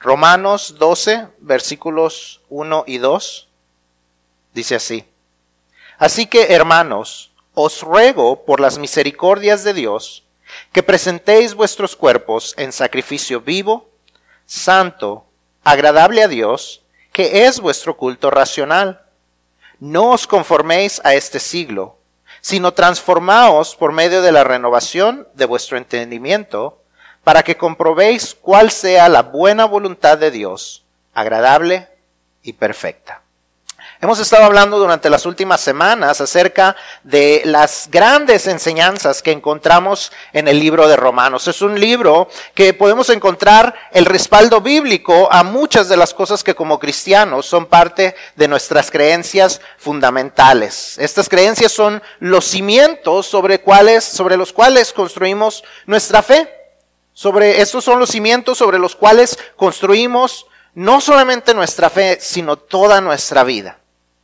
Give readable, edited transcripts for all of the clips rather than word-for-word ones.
Romanos 12, versículos 1 y 2, dice así: Así que, hermanos, os ruego por las misericordias de Dios, que presentéis vuestros cuerpos en sacrificio vivo, santo, agradable a Dios, que es vuestro culto racional. No os conforméis a este siglo, sino transformaos por medio de la renovación de vuestro entendimiento, para que comprobéis cuál sea la buena voluntad de Dios, agradable y perfecta. Hemos estado hablando durante las últimas semanas acerca de las grandes enseñanzas que encontramos en el libro de Romanos. Es un libro que podemos encontrar el respaldo bíblico a muchas de las cosas que como cristianos son parte de nuestras creencias fundamentales. Estas creencias son los cimientos sobre los cuales construimos nuestra fe. Estos son los cimientos sobre los cuales construimos no solamente nuestra fe, sino toda nuestra vida.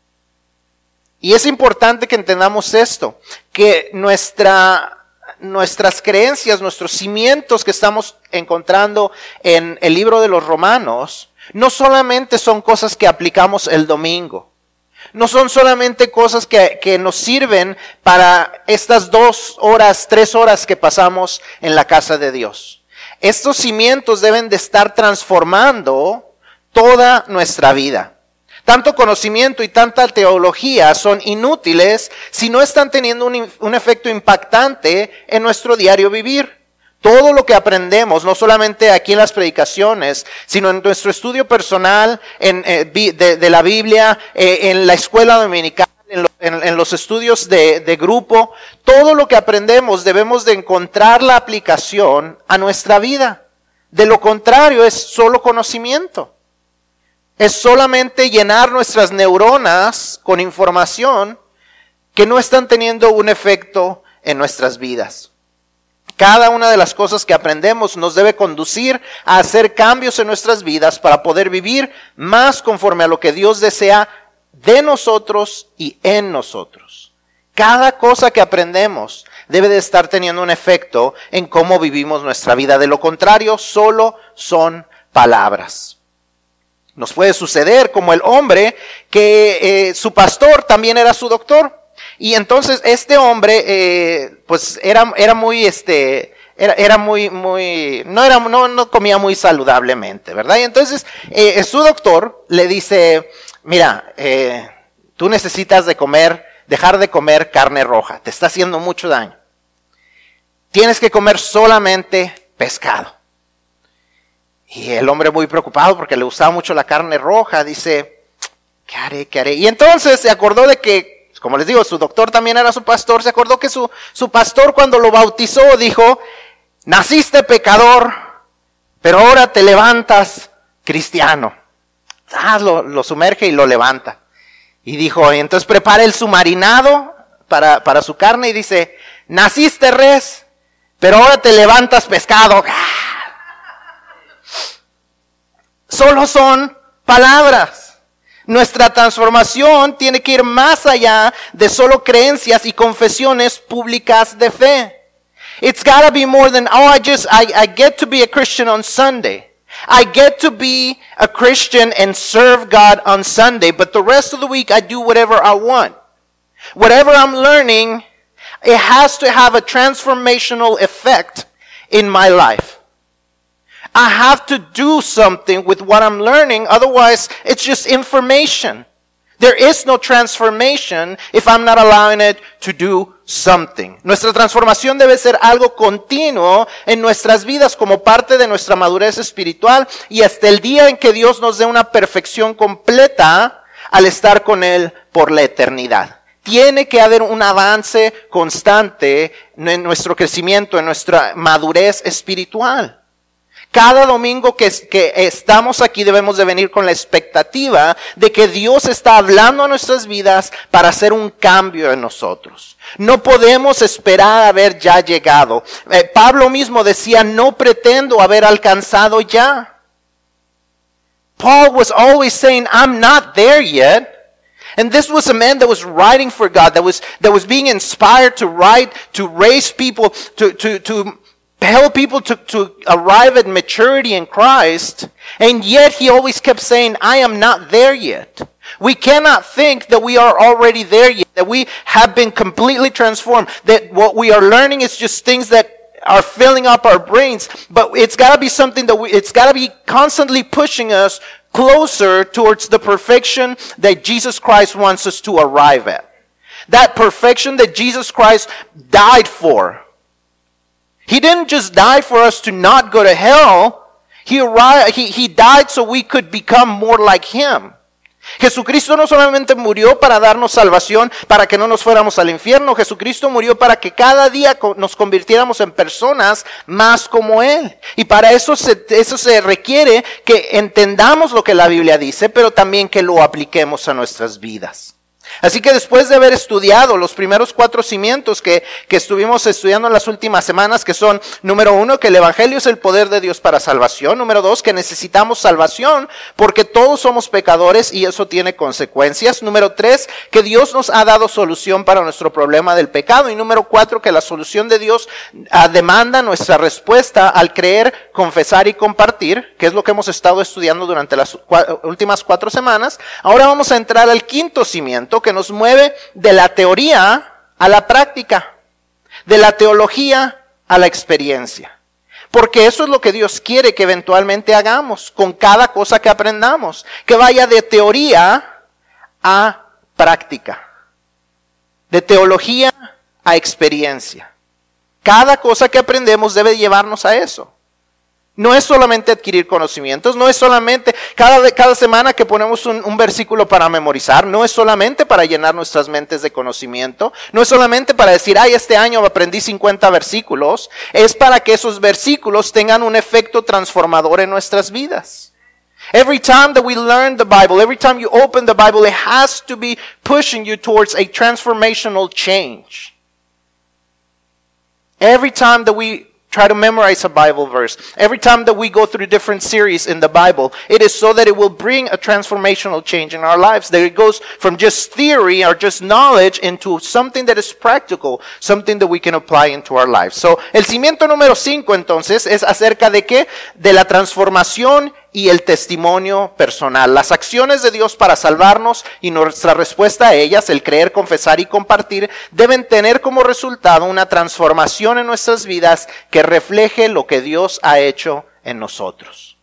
Y es importante que entendamos esto, que nuestras creencias, nuestros cimientos que estamos encontrando en el libro de los Romanos, no solamente son cosas que aplicamos el domingo, no son solamente cosas que nos sirven para estas 2 horas, 3 horas que pasamos en la casa de Dios. Estos cimientos deben de estar transformando toda nuestra vida. Tanto conocimiento y tanta teología son inútiles si no están teniendo un efecto impactante en nuestro diario vivir. Todo lo que aprendemos, no solamente aquí en las predicaciones, sino en nuestro estudio personal de la Biblia, en la escuela dominical, en los estudios de grupo, todo lo que aprendemos debemos de encontrar la aplicación a nuestra vida. De lo contrario es solo conocimiento. Es solamente llenar nuestras neuronas con información que no están teniendo un efecto en nuestras vidas. Cada una de las cosas que aprendemos nos debe conducir a hacer cambios en nuestras vidas para poder vivir más conforme a lo que Dios desea de nosotros y en nosotros. Cada cosa que aprendemos debe de estar teniendo un efecto en cómo vivimos nuestra vida. De lo contrario, solo son palabras. Nos puede suceder como el hombre que su pastor también era su doctor. Y entonces este hombre pues era muy no comía muy saludablemente, ¿verdad? Y entonces su doctor le dice: mira, tú necesitas dejar de comer carne roja, te está haciendo mucho daño. Tienes que comer solamente pescado. Y el hombre, muy preocupado porque le gustaba mucho la carne roja, dice: ¿qué haré? Y entonces se acordó de que, como les digo, su doctor también era su pastor. Se acordó que su pastor, cuando lo bautizó, dijo: naciste pecador, pero ahora te levantas cristiano. Lo sumerge y lo levanta. Y dijo, entonces prepara el su marinado para su carne y dice: naciste res, pero ahora te levantas pescado. Solo son palabras. Nuestra transformación tiene que ir más allá de solo creencias y confesiones públicas de fe. It's gotta be more than, I get to be a Christian on Sunday. I get to be a Christian and serve God on Sunday, but the rest of the week I do whatever I want. Whatever I'm learning, it has to have a transformational effect in my life. I have to do something with what I'm learning, otherwise it's just information. There is no transformation if I'm not allowing it to do something. Nuestra transformación debe ser algo continuo en nuestras vidas como parte de nuestra madurez espiritual y hasta el día en que Dios nos dé una perfección completa al estar con Él por la eternidad. Tiene que haber un avance constante en nuestro crecimiento, en nuestra madurez espiritual. Cada domingo que estamos aquí debemos de venir con la expectativa de que Dios está hablando a nuestras vidas para hacer un cambio en nosotros. No podemos esperar haber ya llegado. Pablo mismo decía, no pretendo haber alcanzado ya. Paul was always saying, I'm not there yet. And this was a man that was writing for God, that was being inspired to write, to raise people, to help people to arrive at maturity in Christ, and yet he always kept saying, I am not there yet. We cannot think that we are already there yet, that we have been completely transformed, that what we are learning is just things that are filling up our brains, but it's got to be something that it's got to be constantly pushing us closer towards the perfection that Jesus Christ wants us to arrive at. That perfection that Jesus Christ died for. He didn't just die for us to not go to hell. He died so we could become more like Him. Jesucristo no solamente murió para darnos salvación, para que no nos fuéramos al infierno. Jesucristo murió para que cada día nos convirtiéramos en personas más como Él. Y para eso se requiere que entendamos lo que la Biblia dice, pero también que lo apliquemos a nuestras vidas. Así que después de haber estudiado los primeros 4 cimientos que estuvimos estudiando en las últimas semanas, que son, número 1, que el Evangelio es el poder de Dios para salvación. Número 2, que necesitamos salvación porque todos somos pecadores y eso tiene consecuencias. Número 3, que Dios nos ha dado solución para nuestro problema del pecado. Y número 4, que la solución de Dios demanda nuestra respuesta al creer, confesar y compartir, que es lo que hemos estado estudiando durante las últimas 4 semanas. Ahora vamos a entrar al 5º cimiento, que nos mueve de la teoría a la práctica, de la teología a la experiencia. Porque eso es lo que Dios quiere que eventualmente hagamos con cada cosa que aprendamos, que vaya de teoría a práctica, de teología a experiencia. Cada cosa que aprendemos debe llevarnos a eso. No es solamente adquirir conocimientos, no es solamente cada semana que ponemos un versículo para memorizar, no es solamente para llenar nuestras mentes de conocimiento, no es solamente para decir, este año aprendí 50 versículos, es para que esos versículos tengan un efecto transformador en nuestras vidas. Every time that we learn the Bible, every time you open the Bible, it has to be pushing you towards a transformational change. Every time that we try to memorize a Bible verse, every time that we go through different series in the Bible, it is so that it will bring a transformational change in our lives. That it goes from just theory or just knowledge into something that is practical, something that we can apply into our lives. So, el cimiento número 5 entonces es acerca de ¿qué? De la transformación y el testimonio personal. Las acciones de Dios para salvarnos y nuestra respuesta a ellas, el creer, confesar y compartir, deben tener como resultado una transformación en nuestras vidas que refleje lo que Dios ha hecho en nosotros.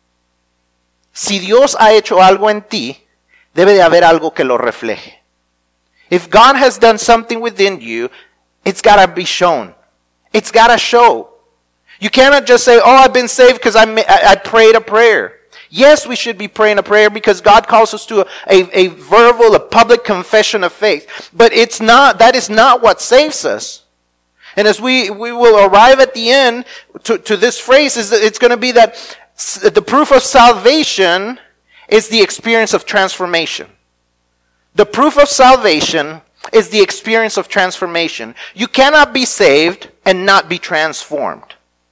Si Dios ha hecho algo en ti, debe de haber algo que lo refleje. If God has done something within you, it's got to be shown. It's got to show. You cannot just say, I've been saved because I prayed a prayer. Yes, we should be praying a prayer because God calls us to a verbal, a public confession of faith. But that is not what saves us. And as we will arrive at the end to this phrase, it's going to be that the proof of salvation is the experience of transformation. The proof of salvation is the experience of transformation. You cannot be saved and not be transformed.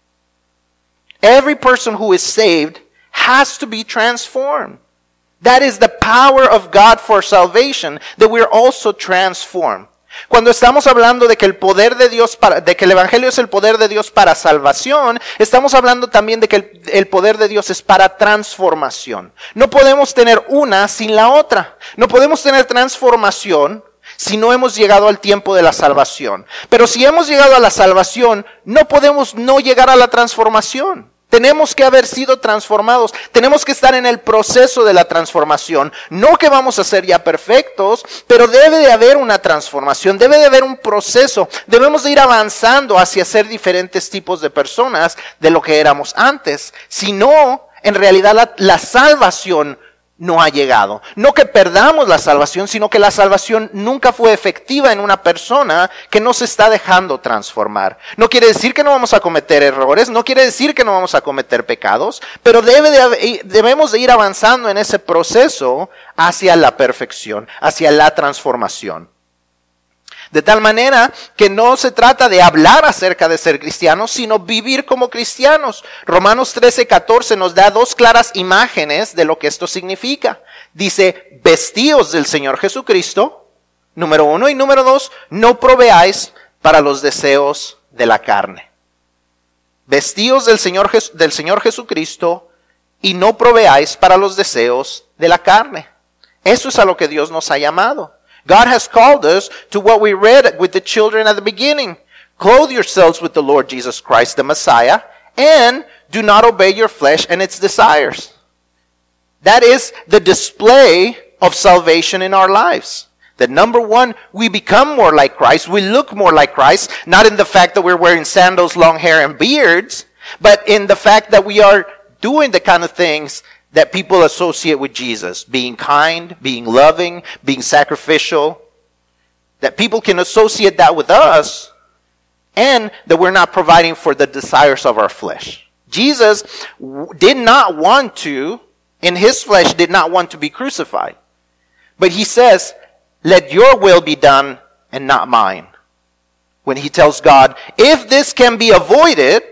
Every person who is saved has to be transformed. That is the power of God for salvation, that we are also transformed. Cuando estamos hablando de que el poder de Dios de que el Evangelio es el poder de Dios para salvación, estamos hablando también de que el poder de Dios es para transformación. No podemos tener una sin la otra. No podemos tener transformación si no hemos llegado al tiempo de la salvación. Pero si hemos llegado a la salvación, no podemos no llegar a la transformación. Tenemos que haber sido transformados. Tenemos que estar en el proceso de la transformación. No que vamos a ser ya perfectos, pero debe de haber una transformación. Debe de haber un proceso. Debemos de ir avanzando hacia ser diferentes tipos de personas de lo que éramos antes. Si no, en realidad la salvación no ha llegado. No que perdamos la salvación, sino que la salvación nunca fue efectiva en una persona que no se está dejando transformar. No quiere decir que no vamos a cometer errores, no quiere decir que no vamos a cometer pecados, pero debemos de ir avanzando en ese proceso hacia la perfección, hacia la transformación. De tal manera que no se trata de hablar acerca de ser cristianos, sino vivir como cristianos. Romanos 13:14 nos da 2 claras imágenes de lo que esto significa. Dice, vestíos del Señor Jesucristo, número 1, y número 2, no proveáis para los deseos de la carne. vestíos del Señor Jesucristo y no proveáis para los deseos de la carne. Eso es a lo que Dios nos ha llamado. God has called us to what we read with the children at the beginning. Clothe yourselves with the Lord Jesus Christ, the Messiah, and do not obey your flesh and its desires. That is the display of salvation in our lives. That number one, we become more like Christ. We look more like Christ, not in the fact that we're wearing sandals, long hair, and beards, but in the fact that we are doing the kind of things that people associate with Jesus. Being kind, being loving, being sacrificial. That people can associate that with us, and that we're not providing for the desires of our flesh. Jesus did not want to, in his flesh, did not want to be crucified. But he says, let your will be done and not mine. When he tells God, if this can be avoided,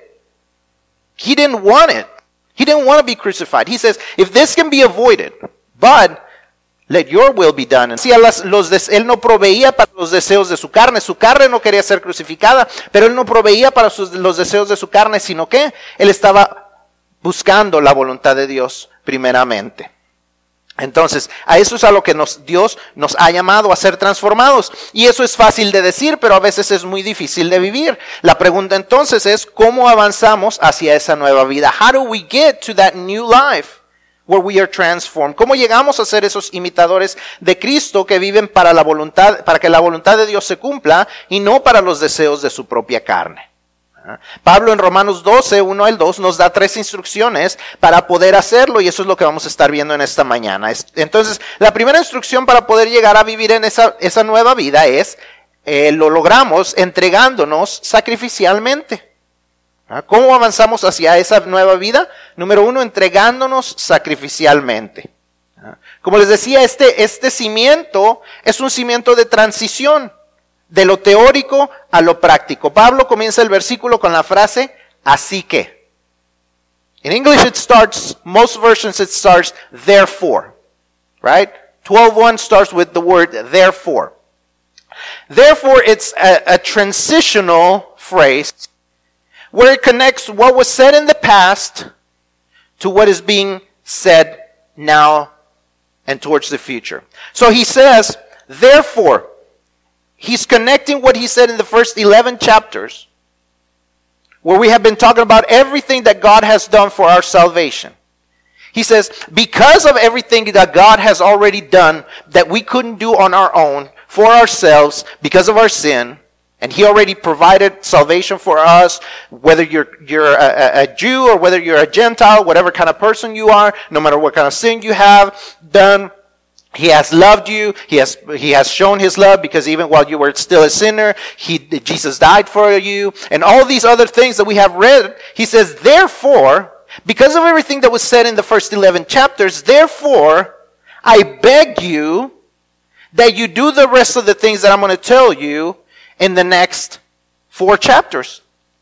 he didn't want it. He didn't want to be crucified. He says, if this can be avoided, but let your will be done. Él no proveía para los deseos de su carne. Su carne no quería ser crucificada, pero él no proveía para los deseos de su carne, sino que él estaba buscando la voluntad de Dios primeramente. Entonces, a eso es a lo que Dios nos ha llamado, a ser transformados. Y eso es fácil de decir, pero a veces es muy difícil de vivir. La pregunta entonces es, ¿cómo avanzamos hacia esa nueva vida? How do we get to that new life where we are transformed? ¿Cómo llegamos a ser esos imitadores de Cristo que viven para que la voluntad de Dios se cumpla y no para los deseos de su propia carne? Pablo en Romanos 12, 1 al 2 nos da 3 instrucciones para poder hacerlo y eso es lo que vamos a estar viendo en esta mañana. Entonces, la primera instrucción para poder llegar a vivir en esa nueva vida es, lo logramos entregándonos sacrificialmente. ¿Cómo avanzamos hacia esa nueva vida? Número 1, entregándonos sacrificialmente. Como les decía, este cimiento es un cimiento de transición. De lo teórico a lo práctico. Pablo comienza el versículo con la frase, así que. In English most versions it starts, therefore. Right? 12:1 starts with the word, therefore. Therefore, it's a transitional phrase where it connects what was said in the past to what is being said now and towards the future. So he says, therefore, he's connecting what he said in the first 11 chapters, where we have been talking about everything that God has done for our salvation. He says, because of everything that God has already done that we couldn't do on our own for ourselves because of our sin, and he already provided salvation for us, whether you're a Jew or whether you're a Gentile, whatever kind of person you are, no matter what kind of sin you have done, he has loved you. He has shown his love because even while you were still a sinner, Jesus died for you. And all these other things that we have read, he says, therefore, because of everything that was said in the first 11 chapters, therefore, I beg you that you do the rest of the things that I'm going to tell you in the next 4 chapters.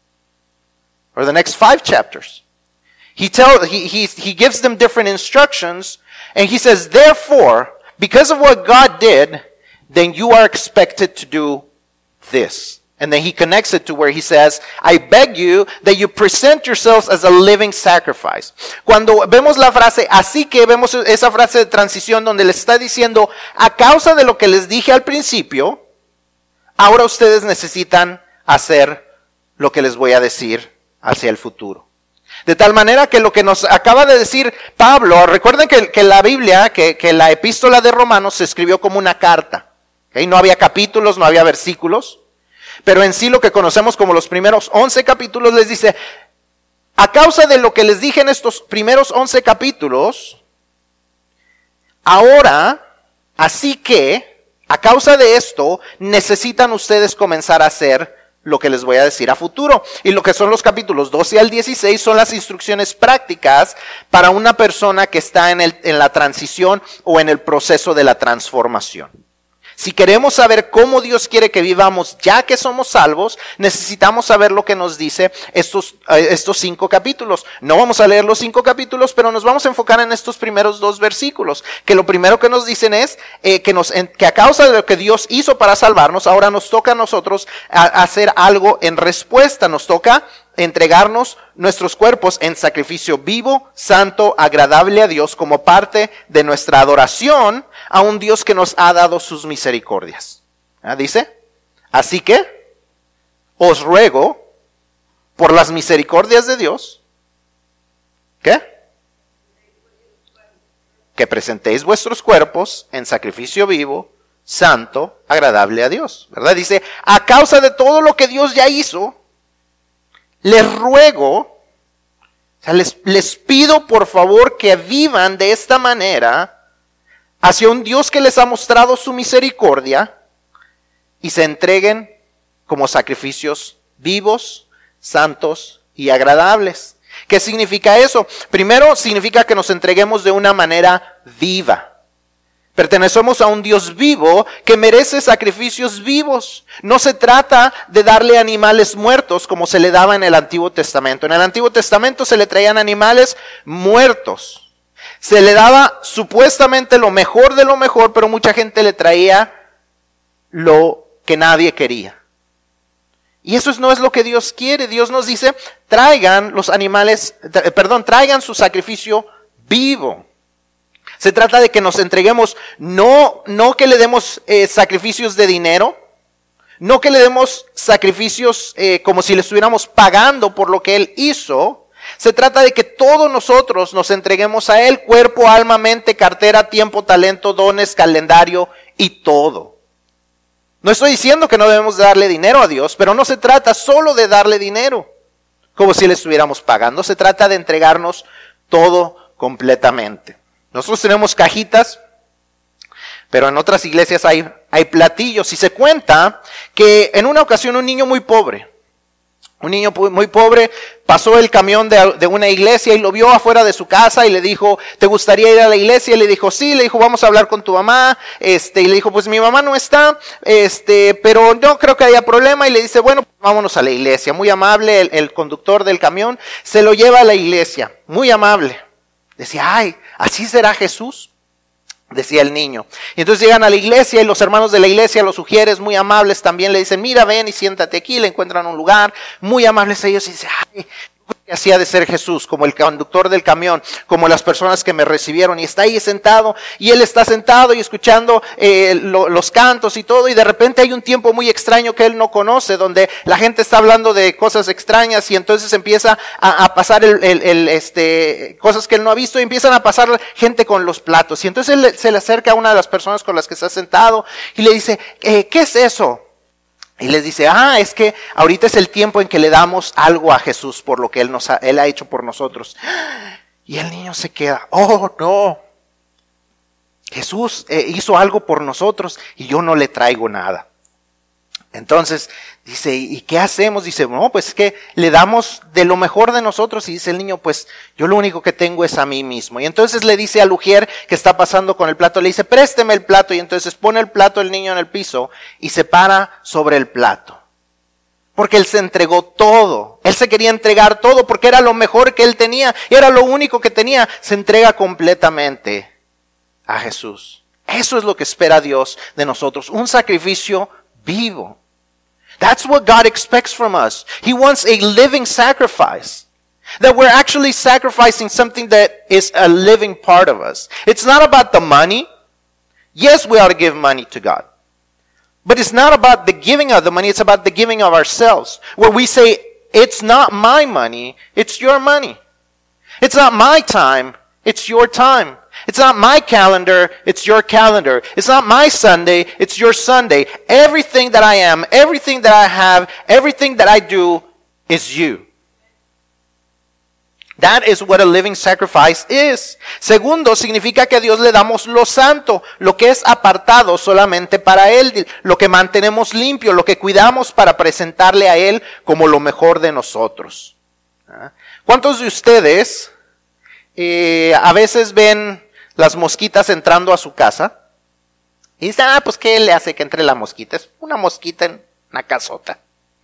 Or the next 5 chapters. He gives them different instructions, and he says, therefore, because of what God did, then you are expected to do this. And then he connects it to where he says, I beg you that you present yourselves as a living sacrifice. Cuando vemos la frase, así que vemos esa frase de transición donde les está diciendo, a causa de lo que les dije al principio, ahora ustedes necesitan hacer lo que les voy a decir hacia el futuro. De tal manera que lo que nos acaba de decir Pablo, recuerden que la Biblia, que la epístola de Romanos se escribió como una carta. ¿Okay? No había capítulos, no había versículos. Pero en sí lo que conocemos como los primeros 11 capítulos les dice, a causa de lo que les dije en estos primeros 11 capítulos, ahora, así que, a causa de esto, necesitan ustedes comenzar a hacer lo que les voy a decir a futuro. Y lo que son los capítulos 12 al 16 son las instrucciones prácticas para una persona que está en la transición o en el proceso de la transformación. Si queremos saber cómo Dios quiere que vivamos ya que somos salvos, necesitamos saber lo que nos dice estos 5 capítulos. No vamos a leer los 5 capítulos, pero nos vamos a enfocar en estos primeros 2 versículos. Que lo primero que nos dicen es que a causa de lo que Dios hizo para salvarnos, ahora nos toca a nosotros hacer algo en respuesta. Nos toca entregarnos nuestros cuerpos en sacrificio vivo, santo, agradable a Dios, como parte de nuestra adoración a un Dios que nos ha dado sus misericordias. Dice, así que os ruego por las misericordias de Dios, ¿qué? Que presentéis vuestros cuerpos en sacrificio vivo, santo, agradable a Dios, ¿verdad? Dice, a causa de todo lo que Dios ya hizo, les ruego, o sea, les pido por favor que vivan de esta manera hacia un Dios que les ha mostrado su misericordia y se entreguen como sacrificios vivos, santos y agradables. ¿Qué significa eso? Primero, significa que nos entreguemos de una manera viva. Pertenecemos a un Dios vivo que merece sacrificios vivos. No se trata de darle animales muertos como se le daba en el Antiguo Testamento. En el Antiguo Testamento se le traían animales muertos. Se le daba supuestamente lo mejor de lo mejor, pero mucha gente le traía lo que nadie quería. Y eso no es lo que Dios quiere. Dios nos dice, traigan su sacrificio vivo. Se trata de que nos entreguemos, no que le demos sacrificios de dinero, no que le demos sacrificios como si le estuviéramos pagando por lo que Él hizo. Se trata de que todos nosotros nos entreguemos a Él, cuerpo, alma, mente, cartera, tiempo, talento, dones, calendario y todo. No estoy diciendo que no debemos darle dinero a Dios, pero no se trata solo de darle dinero, como si le estuviéramos pagando. Se trata de entregarnos todo completamente. Nosotros tenemos cajitas, pero en otras iglesias hay platillos. Y se cuenta que en una ocasión un niño muy pobre pasó el camión de una iglesia y lo vio afuera de su casa y le dijo, ¿te gustaría ir a la iglesia? Y le dijo, sí. Le dijo, vamos a hablar con tu mamá. Y le dijo, pues mi mamá no está, pero no creo que haya problema. Y le dice, bueno, vámonos a la iglesia. Muy amable, el conductor del camión se lo lleva a la iglesia. Muy amable. Decía, ay, ¿así será Jesús? Decía el niño. Y entonces llegan a la iglesia y los hermanos de la iglesia, los sugieres muy amables también le dicen, mira, ven y siéntate aquí. Le encuentran un lugar, muy amables ellos, y dicen, ay, que hacía de ser Jesús, como el conductor del camión, como las personas que me recibieron, y está ahí sentado, y él está sentado y escuchando los cantos y todo, y de repente hay un tiempo muy extraño que él no conoce, donde la gente está hablando de cosas extrañas, y entonces empieza a pasar cosas que él no ha visto, y empiezan a pasar gente con los platos, y entonces él se le acerca a una de las personas con las que está sentado, y le dice, ¿qué es eso? Y les dice, es que ahorita es el tiempo en que le damos algo a Jesús por lo que Él ha hecho por nosotros. Y el niño se queda, oh no, Jesús hizo algo por nosotros y yo no le traigo nada. Entonces dice, ¿y qué hacemos? Dice, no, pues es que le damos de lo mejor de nosotros. Y dice el niño, pues yo lo único que tengo es a mí mismo. Y entonces le dice al ujier que está pasando con el plato, le dice, présteme el plato. Y entonces pone el plato el niño en el piso y se para sobre el plato. Porque él se entregó todo. Él se quería entregar todo porque era lo mejor que él tenía. Y era lo único que tenía. Se entrega completamente a Jesús. Eso es lo que espera Dios de nosotros. Un sacrificio vivo. That's what God expects from us. He wants a living sacrifice. That we're actually sacrificing something that is a living part of us. It's not about the money. Yes, we ought to give money to God. But it's not about the giving of the money, it's about the giving of ourselves. Where we say, it's not my money, it's your money. It's not my time, it's your time. It's not my calendar, it's your calendar. It's not my Sunday, it's your Sunday. Everything that I am, everything that I have, everything that I do is you. That is what a living sacrifice is. Segundo, significa que a Dios le damos lo santo, lo que es apartado solamente para Él, lo que mantenemos limpio, lo que cuidamos para presentarle a Él como lo mejor de nosotros. ¿Cuántos de ustedes a veces ven las mosquitas entrando a su casa? Y dicen, pues ¿qué le hace que entre la mosquita? Es una mosquita en una casota.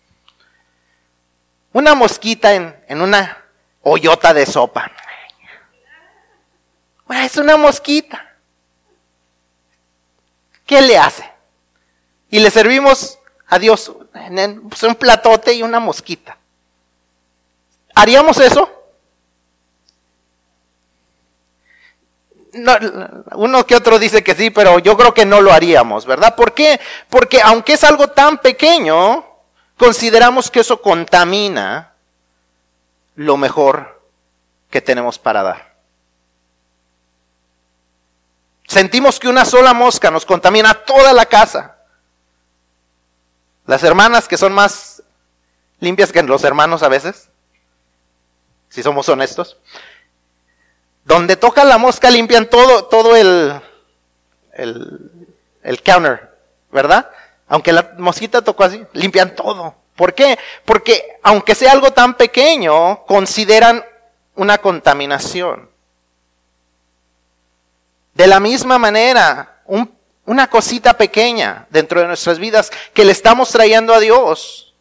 Una mosquita en una hoyota de sopa. Bueno, es una mosquita. ¿Qué le hace? Y le servimos a Dios un platote y una mosquita. ¿Haríamos eso? No, uno que otro dice que sí, pero yo creo que no lo haríamos, ¿verdad? ¿Por qué? Porque aunque es algo tan pequeño, consideramos que eso contamina lo mejor que tenemos para dar. Sentimos que una sola mosca nos contamina toda la casa. Las hermanas que son más limpias que los hermanos a veces, si somos honestos, donde toca la mosca limpian todo el counter, ¿verdad? Aunque la mosquita tocó así, limpian todo. ¿Por qué? Porque aunque sea algo tan pequeño, consideran una contaminación. De la misma manera, una cosita pequeña dentro de nuestras vidas que le estamos trayendo a Dios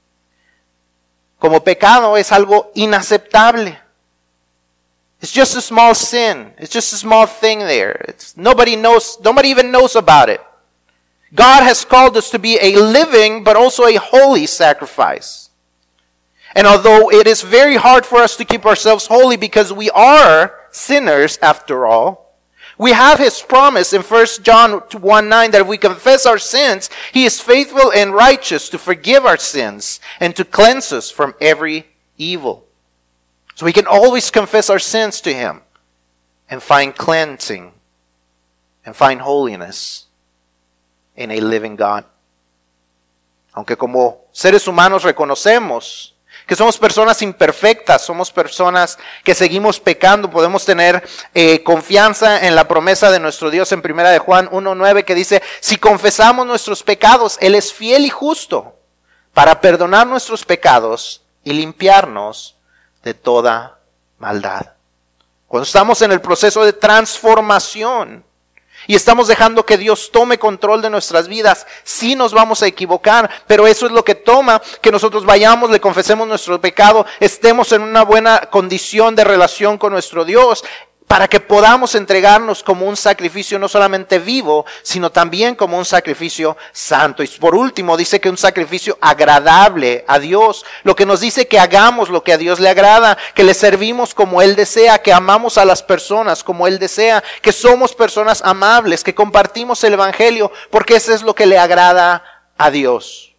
como pecado es algo inaceptable. It's just a small sin. It's just a small thing there. Nobody even knows about it. God has called us to be a living but also a holy sacrifice. And although it is very hard for us to keep ourselves holy because we are sinners after all, we have His promise in 1 John 1:9 that if we confess our sins, He is faithful and righteous to forgive our sins and to cleanse us from every evil. So we can always confess our sins to Him and find cleansing and find holiness in a living God. Aunque como seres humanos reconocemos que somos personas imperfectas, somos personas que seguimos pecando, podemos tener confianza en la promesa de nuestro Dios en 1 de Juan 1:9 que dice, si confesamos nuestros pecados, Él es fiel y justo para perdonar nuestros pecados y limpiarnos de toda maldad. Cuando estamos en el proceso de transformación y estamos dejando que Dios tome control de nuestras vidas, sí nos vamos a equivocar, pero eso es lo que toma que nosotros vayamos, le confesemos nuestro pecado, estemos en una buena condición de relación con nuestro Dios, para que podamos entregarnos como un sacrificio no solamente vivo, sino también como un sacrificio santo. Y por último dice que un sacrificio agradable a Dios, lo que nos dice que hagamos lo que a Dios le agrada, que le servimos como Él desea, que amamos a las personas como Él desea, que somos personas amables, que compartimos el Evangelio, porque eso es lo que le agrada a Dios.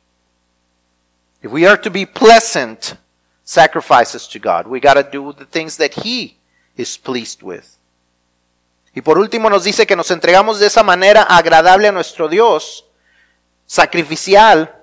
If we are to be pleasant sacrifices to God, we got to do the things that He is pleased with. Y por último nos dice que nos entregamos de esa manera agradable a nuestro Dios, sacrificial,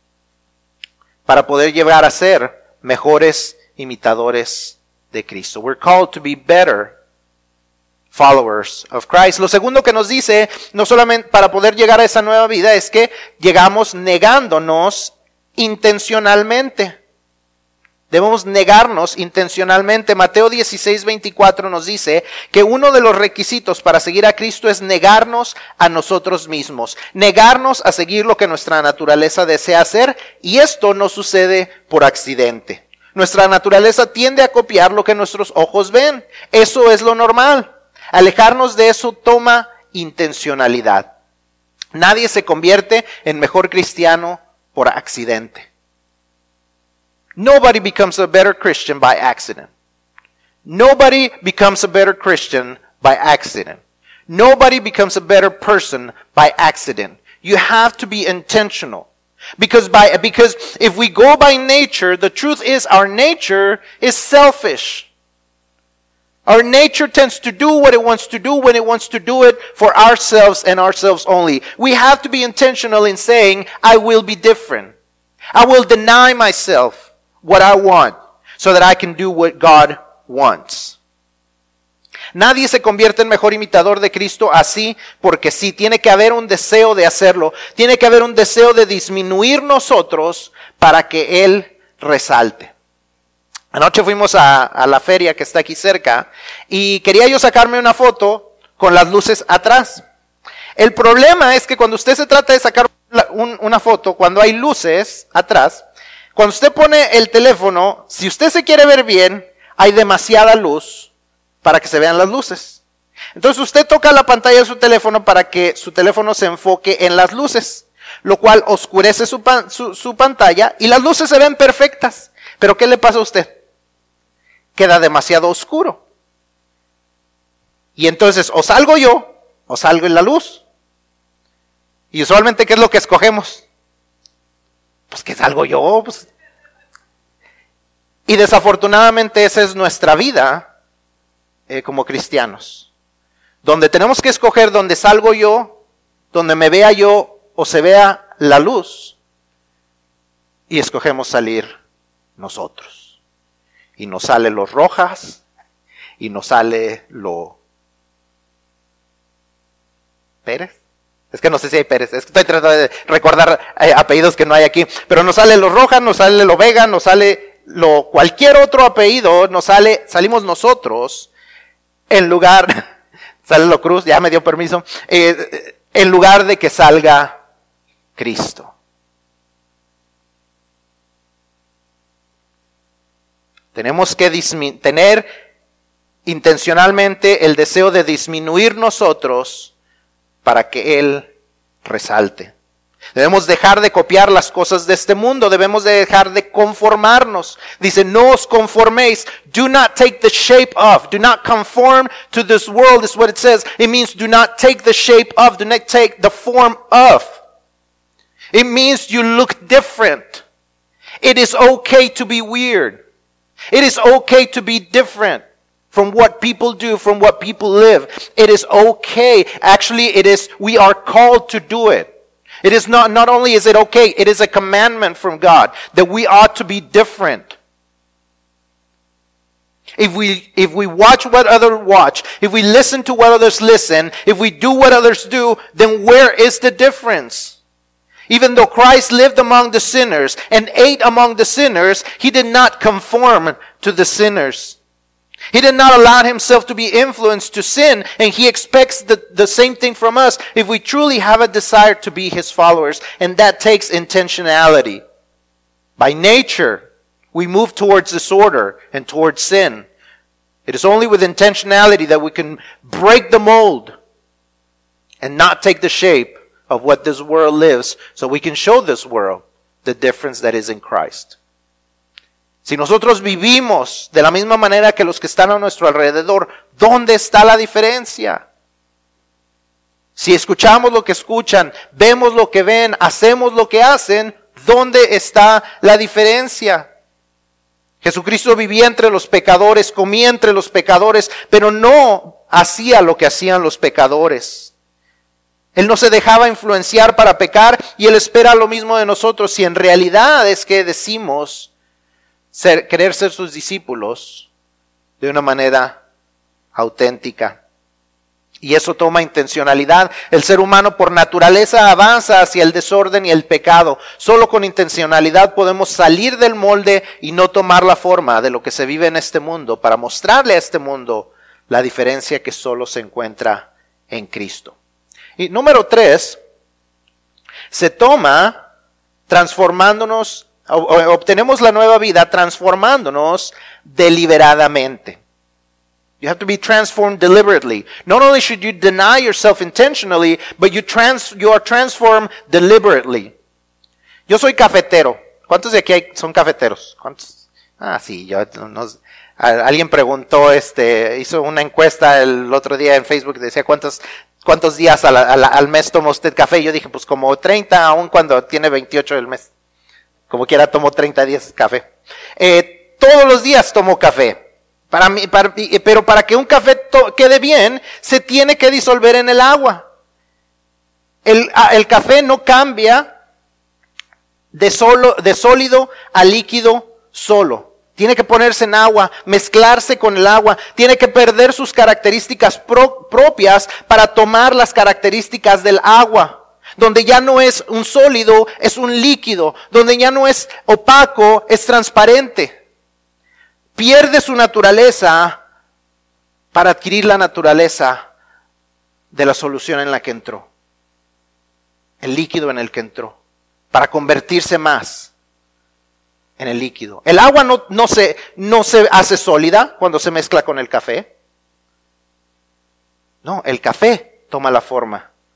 para poder llegar a ser mejores imitadores de Cristo. We're called to be better followers of Christ. Lo segundo que nos dice, no solamente para poder llegar a esa nueva vida, es que llegamos negándonos intencionalmente. Debemos negarnos intencionalmente. Mateo 16:24 nos dice que uno de los requisitos para seguir a Cristo es negarnos a nosotros mismos, negarnos a seguir lo que nuestra naturaleza desea hacer, y esto no sucede por accidente. Nuestra naturaleza tiende a copiar lo que nuestros ojos ven. Eso es lo normal. Alejarnos de eso toma intencionalidad. Nadie se convierte en mejor cristiano por accidente. Nobody becomes a better Christian by accident. Nobody becomes a better Christian by accident. Nobody becomes a better person by accident. You have to be intentional. Because if we go by nature, the truth is our nature is selfish. Our nature tends to do what it wants to do when it wants to do it for ourselves and ourselves only. We have to be intentional in saying, I will be different. I will deny myself what I want, so that I can do what God wants. Nadie se convierte en mejor imitador de Cristo así porque sí. Tiene que haber un deseo de hacerlo. Tiene que haber un deseo de disminuir nosotros para que Él resalte. Anoche fuimos a la feria que está aquí cerca y quería yo sacarme una foto con las luces atrás. El problema es que cuando usted se trata de sacar una foto, cuando hay luces atrás, cuando usted pone el teléfono, si usted se quiere ver bien, hay demasiada luz para que se vean las luces. Entonces usted toca la pantalla de su teléfono para que su teléfono se enfoque en las luces, lo cual oscurece su pantalla y las luces se ven perfectas. Pero ¿qué le pasa a usted? queda demasiado oscuro. Y entonces o salgo yo o salgo en la luz. Y usualmente, ¿qué es lo que escogemos? Pues que salgo yo. Pues. Y desafortunadamente esa es nuestra vida como cristianos. Donde tenemos que escoger donde salgo yo, donde me vea yo o se vea la luz. Y escogemos salir nosotros. Y nos sale los Rojas y nos sale lo Pérez. Es que no sé si hay Pérez, es que estoy tratando de recordar apellidos que no hay aquí, pero nos sale lo Rojas, nos sale lo Vega, nos sale lo cualquier otro apellido, salimos nosotros en lugar, sale lo Cruz, ya me dio permiso, en lugar de que salga Cristo. Tenemos que tener intencionalmente el deseo de disminuir nosotros para que Él resalte. Debemos dejar de copiar las cosas de este mundo. Debemos de dejar de conformarnos. Dice, no os conforméis. Do not take the shape of. Do not conform to this world is what it says. It means do not take the shape of. Do not take the form of. It means you look different. It is okay to be weird. It is okay to be different from what people do, from what people live. It is okay. Actually, we are called to do it. It is not only is it okay, it is a commandment from God that we ought to be different. If we watch what others watch, if we listen to what others listen, if we do what others do, then where is the difference? Even though Christ lived among the sinners and ate among the sinners, He did not conform to the sinners. He did not allow Himself to be influenced to sin, and He expects the same thing from us if we truly have a desire to be His followers, and that takes intentionality. By nature, we move towards disorder and towards sin. It is only with intentionality that we can break the mold and not take the shape of what this world lives, so we can show this world the difference that is in Christ. Si nosotros vivimos de la misma manera que los que están a nuestro alrededor, ¿dónde está la diferencia? Si escuchamos lo que escuchan, vemos lo que ven, hacemos lo que hacen, ¿dónde está la diferencia? Jesucristo vivía entre los pecadores, comía entre los pecadores, pero no hacía lo que hacían los pecadores. Él no se dejaba influenciar para pecar y Él espera lo mismo de nosotros. Si en realidad es que decimos querer ser sus discípulos de una manera auténtica. Y eso toma intencionalidad. El ser humano por naturaleza avanza hacia el desorden y el pecado. Solo con intencionalidad podemos salir del molde y no tomar la forma de lo que se vive en este mundo para mostrarle a este mundo la diferencia que solo se encuentra en Cristo. Y número 3, se toma transformándonos, obtenemos la nueva vida transformándonos deliberadamente. You have to be transformed deliberately. Not only should you deny yourself intentionally, but you are transformed deliberately. Yo soy cafetero. ¿Cuántos de aquí son cafeteros? ¿Cuántos? Sí, alguien preguntó, hizo una encuesta el otro día en Facebook, decía ¿cuántos días al mes toma usted café? Yo dije, pues como 30, aun cuando tiene 28 del mes. Como quiera tomo 30 días café. Todos los días tomo café. Pero para que un café quede bien, se tiene que disolver en el agua. El café no cambia de sólido a líquido solo. Tiene que ponerse en agua, mezclarse con el agua. Tiene que perder sus características propias para tomar las características del agua. Donde ya no es un sólido, es un líquido. Donde ya no es opaco, es transparente. Pierde su naturaleza para adquirir la naturaleza de la solución en la que entró. El líquido en el que entró. Para convertirse más en el líquido. El agua no se hace sólida cuando se mezcla con el café. No, el café toma la forma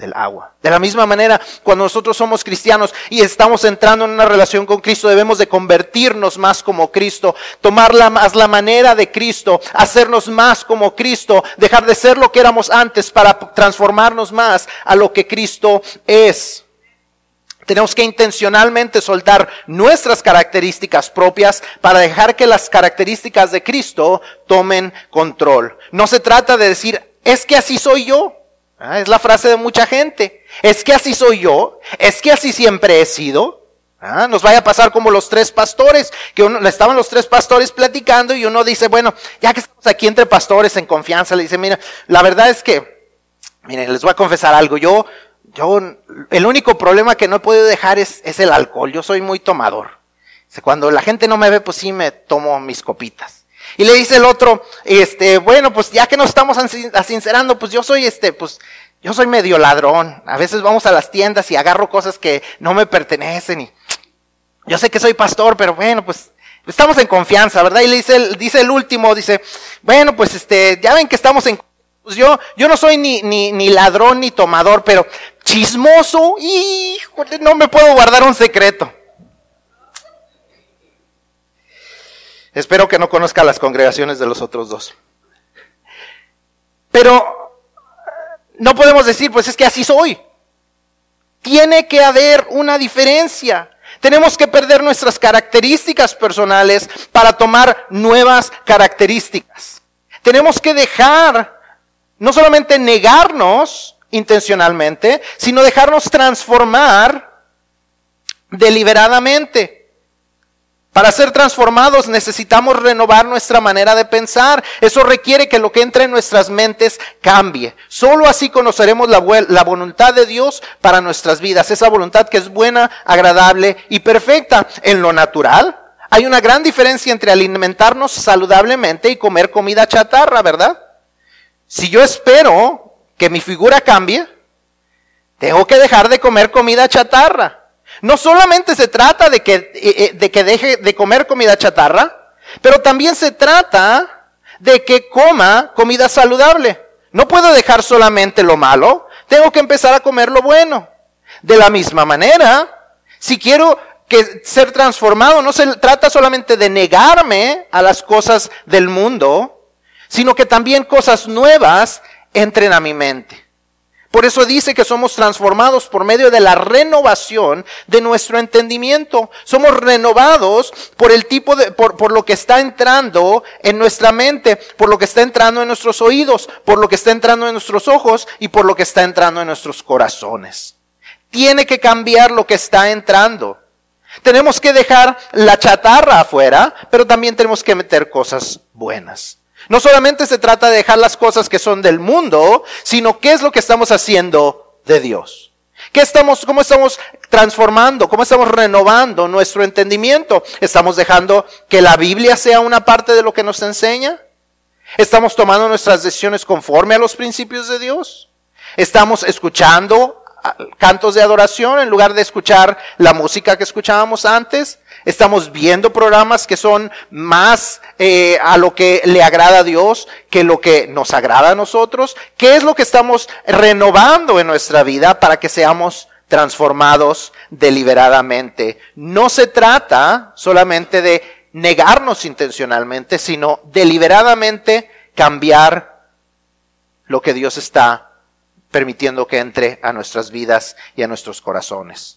del agua. De la misma manera, cuando nosotros somos cristianos y estamos entrando en una relación con Cristo, debemos de convertirnos más como Cristo, tomar más la manera de Cristo, hacernos más como Cristo, dejar de ser lo que éramos antes para transformarnos más a lo que Cristo es. Tenemos que intencionalmente soltar nuestras características propias para dejar que las características de Cristo tomen control. No se trata de decir, es que así soy yo. Es la frase de mucha gente. Es que así soy yo. Es que así siempre he sido. Nos vaya a pasar como los tres pastores, que estaban los tres pastores platicando y uno dice, bueno, ya que estamos aquí entre pastores en confianza, le dice, mira, la verdad es que, miren, les voy a confesar algo. Yo, el único problema que no he podido dejar es el alcohol. Yo soy muy tomador. Cuando la gente no me ve, pues sí me tomo mis copitas. Y le dice el otro, bueno, pues ya que nos estamos asincerando, pues yo soy yo soy medio ladrón. A veces vamos a las tiendas y agarro cosas que no me pertenecen y yo sé que soy pastor, pero bueno, pues estamos en confianza, ¿verdad? Y le dice el último, dice, bueno, pues ya ven que estamos en, pues yo no soy ni ladrón ni tomador, pero chismoso, híjole, no me puedo guardar un secreto. Espero que no conozca las congregaciones de los otros dos. Pero no podemos decir, pues es que así soy. Tiene que haber una diferencia. Tenemos que perder nuestras características personales para tomar nuevas características. Tenemos que dejar, no solamente negarnos intencionalmente, sino dejarnos transformar deliberadamente. Para ser transformados necesitamos renovar nuestra manera de pensar. Eso requiere que lo que entre en nuestras mentes cambie. Solo así conoceremos la voluntad de Dios para nuestras vidas. Esa voluntad que es buena, agradable y perfecta. En lo natural, hay una gran diferencia entre alimentarnos saludablemente y comer comida chatarra, ¿verdad? Si yo espero que mi figura cambie, tengo que dejar de comer comida chatarra. No solamente se trata de que deje de comer comida chatarra, pero también se trata de que coma comida saludable. No puedo dejar solamente lo malo, tengo que empezar a comer lo bueno. De la misma manera, si quiero ser transformado, no se trata solamente de negarme a las cosas del mundo, sino que también cosas nuevas entren a mi mente. Por eso dice que somos transformados por medio de la renovación de nuestro entendimiento. Somos renovados por lo que está entrando en nuestra mente, por lo que está entrando en nuestros oídos, por lo que está entrando en nuestros ojos y por lo que está entrando en nuestros corazones. Tiene que cambiar lo que está entrando. Tenemos que dejar la chatarra afuera, pero también tenemos que meter cosas buenas. No solamente se trata de dejar las cosas que son del mundo, sino qué es lo que estamos haciendo de Dios. ¿Cómo estamos transformando? ¿Cómo estamos renovando nuestro entendimiento? ¿Estamos dejando que la Biblia sea una parte de lo que nos enseña? ¿Estamos tomando nuestras decisiones conforme a los principios de Dios? ¿Estamos escuchando cantos de adoración en lugar de escuchar la música que escuchábamos antes? ¿Estamos viendo programas que son más a lo que le agrada a Dios que lo que nos agrada a nosotros? ¿Qué es lo que estamos renovando en nuestra vida para que seamos transformados deliberadamente? No se trata solamente de negarnos intencionalmente, sino deliberadamente cambiar lo que Dios está permitiendo que entre a nuestras vidas y a nuestros corazones.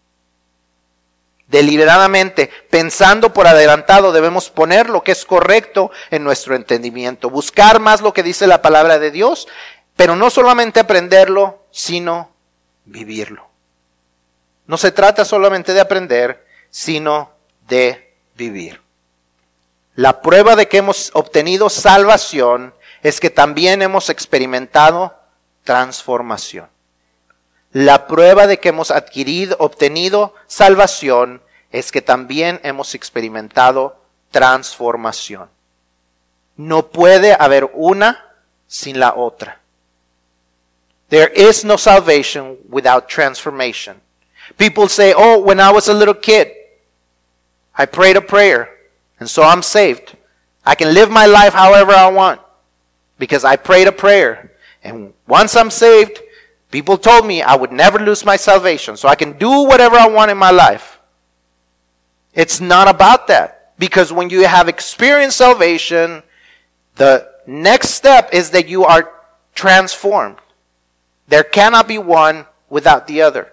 Deliberadamente, pensando por adelantado, debemos poner lo que es correcto en nuestro entendimiento, buscar más lo que dice la palabra de Dios, pero no solamente aprenderlo, sino vivirlo. No se trata solamente de aprender, sino de vivir. La prueba de que hemos obtenido salvación es que también hemos experimentado transformación. La prueba de que hemos obtenido salvación es que también hemos experimentado transformación. No puede haber una sin la otra. There is no salvation without transformation. People say, oh, when I was a little kid, I prayed a prayer, and so I'm saved. I can live my life however I want, because I prayed a prayer. And once I'm saved, People told me I would never lose my salvation, so I can do whatever I want in my life. It's not about that. Because when you have experienced salvation, the next step is that you are transformed. There cannot be one without the other.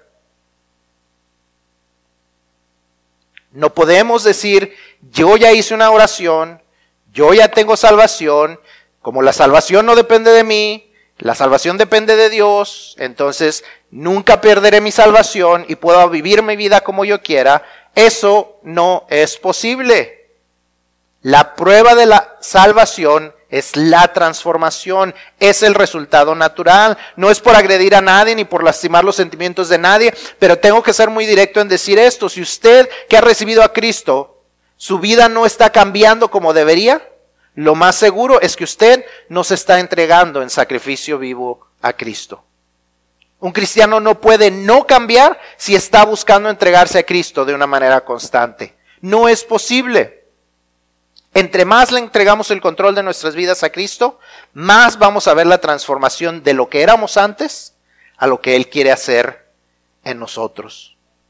No podemos decir, yo ya hice una oración, yo ya tengo salvación, como la salvación no depende de mí, la salvación depende de Dios, entonces nunca perderé mi salvación y puedo vivir mi vida como yo quiera. Eso no es posible. La prueba de la salvación es la transformación, es el resultado natural. No es por agredir a nadie ni por lastimar los sentimientos de nadie, pero tengo que ser muy directo en decir esto. Si usted que ha recibido a Cristo, su vida no está cambiando como debería, lo más seguro es que usted no se está entregando en sacrificio vivo a Cristo. Un cristiano no puede no cambiar si está buscando entregarse a Cristo de una manera constante. No es posible. Entre más le entregamos el control de nuestras vidas a Cristo, más vamos a ver la transformación de lo que éramos antes a lo que Él quiere hacer en nosotros.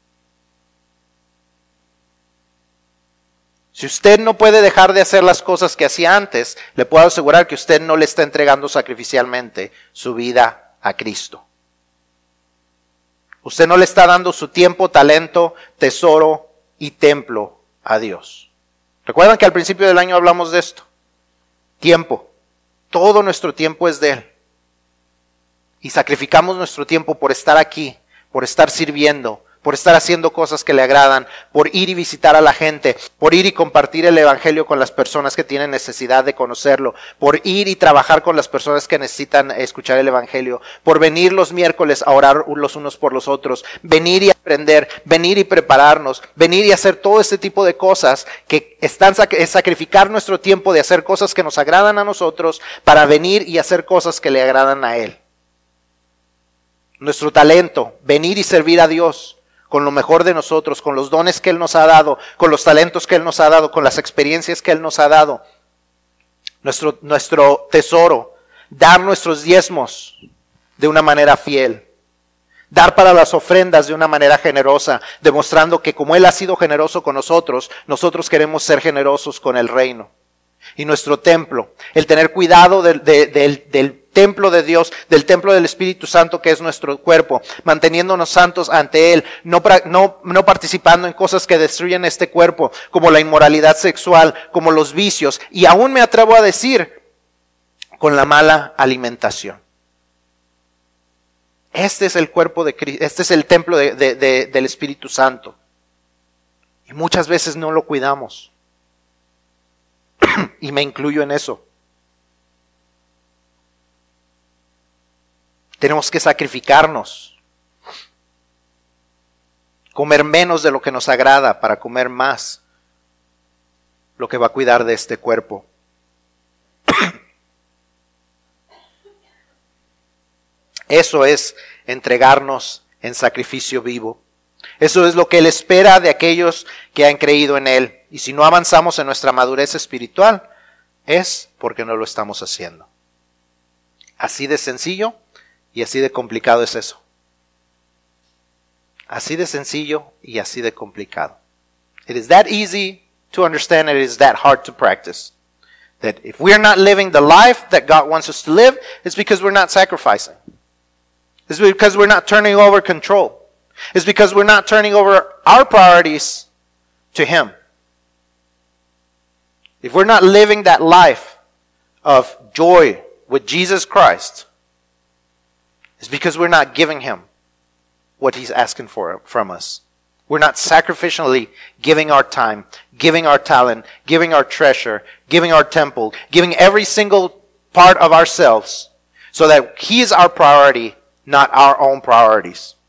Si usted no puede dejar de hacer las cosas que hacía antes, le puedo asegurar que usted no le está entregando sacrificialmente su vida a Cristo. Usted no le está dando su tiempo, talento, tesoro y templo a Dios. ¿Recuerdan que al principio del año hablamos de esto? Tiempo. Todo nuestro tiempo es de Él. Y sacrificamos nuestro tiempo por estar aquí, por estar sirviendo, por estar haciendo cosas que le agradan, por ir y visitar a la gente, por ir y compartir el evangelio con las personas que tienen necesidad de conocerlo, por ir y trabajar con las personas que necesitan escuchar el evangelio, por venir los miércoles a orar los unos por los otros, venir y aprender, venir y prepararnos, venir y hacer todo este tipo de cosas que están sacrificar nuestro tiempo de hacer cosas que nos agradan a nosotros para venir y hacer cosas que le agradan a Él. Nuestro talento, venir y servir a Dios con lo mejor de nosotros, con los dones que Él nos ha dado, con los talentos que Él nos ha dado, con las experiencias que Él nos ha dado. Nuestro tesoro, dar nuestros diezmos de una manera fiel, dar para las ofrendas de una manera generosa, demostrando que como Él ha sido generoso con nosotros, nosotros queremos ser generosos con el reino. Y nuestro templo, el tener cuidado del templo de Dios, del templo del Espíritu Santo que es nuestro cuerpo, manteniéndonos santos ante Él, no participando en cosas que destruyen este cuerpo, como la inmoralidad sexual, como los vicios, y aún me atrevo a decir, con la mala alimentación. Este es el cuerpo de Cristo, este es el templo del Espíritu Santo. Y muchas veces no lo cuidamos. Y me incluyo en eso. Tenemos que sacrificarnos. Comer menos de lo que nos agrada para comer más lo que va a cuidar de este cuerpo. Eso es entregarnos en sacrificio vivo. Eso es lo que Él espera de aquellos que han creído en Él. Y si no avanzamos en nuestra madurez espiritual, es porque no lo estamos haciendo. Así de sencillo y así de complicado es eso. Así de sencillo y así de complicado. It is that easy to understand, it is that hard to practice. That if we are not living the life that God wants us to live, it's because we're not sacrificing. It's because we're not turning over control. It's because we're not turning over our priorities to Him. If we're not living that life of joy with Jesus Christ, it's because we're not giving Him what He's asking for from us. We're not sacrificially giving our time, giving our talent, giving our treasure, giving our temple, giving every single part of ourselves so that He is our priority, not our own priorities.